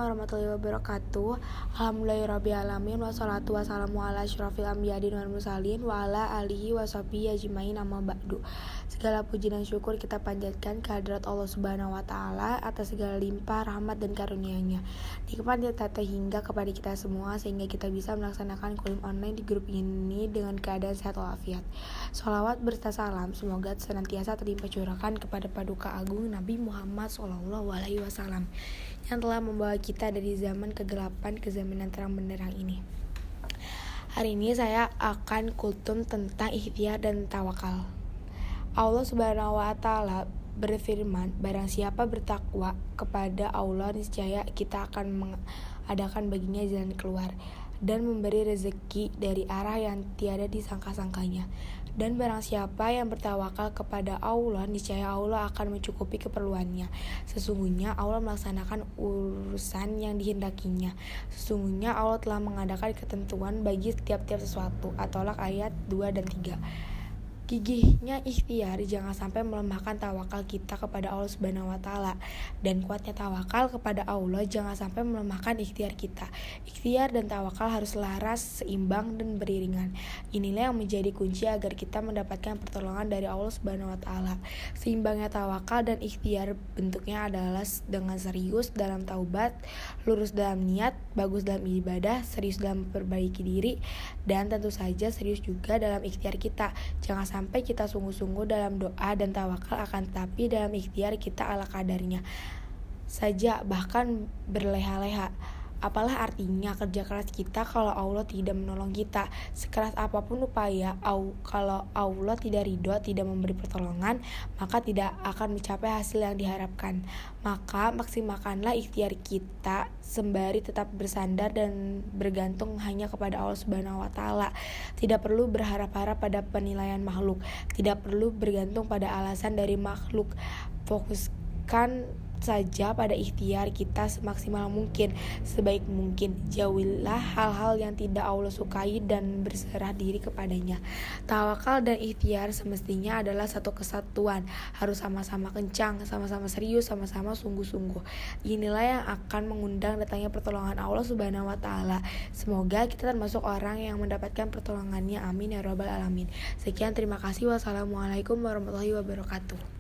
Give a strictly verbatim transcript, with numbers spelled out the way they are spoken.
warahmatullahi wabarakatuh. Alhamdulillahirabbil alamin wassalatu wassalamu ala asyrofil anbiya'i wal mursalin wa ala alihi washabihi ajmain amma ba'du. Segala puji dan syukur kita panjatkan kehadirat Allah Subhanahu wa taala atas segala limpah rahmat dan karunia-Nya. Nikmat dan tata hingga kepada kita semua sehingga kita bisa melaksanakan kuliah online di grup ini dengan keadaan sehat walafiat. Sholawat berserta salam semoga senantiasa terlimpah curahkan kepada Paduka Agung Nabi Muhammad shallallahu alaihi wasallam yang telah membawa kita dari zaman kegelapan ke zaman yang terang benderang ini. Hari ini saya akan kultum tentang ikhtiar dan tawakal. Allah Subhanahu wa taala berfirman, barang siapa bertakwa kepada Allah niscaya kita akan mengadakan baginya jalan keluar dan memberi rezeki dari arah yang tiada disangka-sangkanya. Dan barang siapa yang bertawakal kepada Allah, niscaya Allah akan mencukupi keperluannya. Sesungguhnya Allah melaksanakan urusan yang dihendakinya. Sesungguhnya Allah telah mengadakan ketentuan bagi setiap-tiap sesuatu. At-Tolak ayat dua dan tiga. Gigihnya ikhtiar jangan sampai melemahkan tawakal kita kepada Allah Subhanahu wa taala, dan kuatnya tawakal kepada Allah jangan sampai melemahkan ikhtiar kita. Ikhtiar dan tawakal harus selaras, seimbang dan beriringan. Inilah yang menjadi kunci agar kita mendapatkan pertolongan dari Allah Subhanahu wa taala. Seimbangnya tawakal dan ikhtiar bentuknya adalah dengan serius dalam taubat, lurus dalam niat, bagus dalam ibadah, serius dalam memperbaiki diri, dan tentu saja serius juga dalam ikhtiar kita. Jangan sampai kita sungguh-sungguh dalam doa dan tawakal, akan tetapi dalam ikhtiar kita ala kadarnya saja, bahkan berleha-leha. Apalah artinya kerja keras kita kalau Allah tidak menolong kita? Sekeras apapun upaya, au, kalau Allah tidak ridho, tidak memberi pertolongan, maka tidak akan mencapai hasil yang diharapkan. Maka maksimalkanlah ikhtiar kita sembari tetap bersandar dan bergantung hanya kepada Allah Subhanahu wa taala. Tidak perlu berharap-harap pada penilaian makhluk, tidak perlu bergantung pada alasan dari makhluk. Fokuskan saja pada ikhtiar kita semaksimal mungkin, sebaik mungkin. Jauhilah hal-hal yang tidak Allah sukai dan berserah diri kepadanya. Tawakal dan ikhtiar semestinya adalah satu kesatuan, harus sama-sama kencang, sama-sama serius, sama-sama sungguh-sungguh. Inilah yang akan mengundang datangnya pertolongan Allah Subhanahu wa taala. Semoga kita termasuk orang yang mendapatkan pertolongannya, amin ya rabbal alamin. Sekian, terima kasih. Wassalamualaikum warahmatullahi wabarakatuh.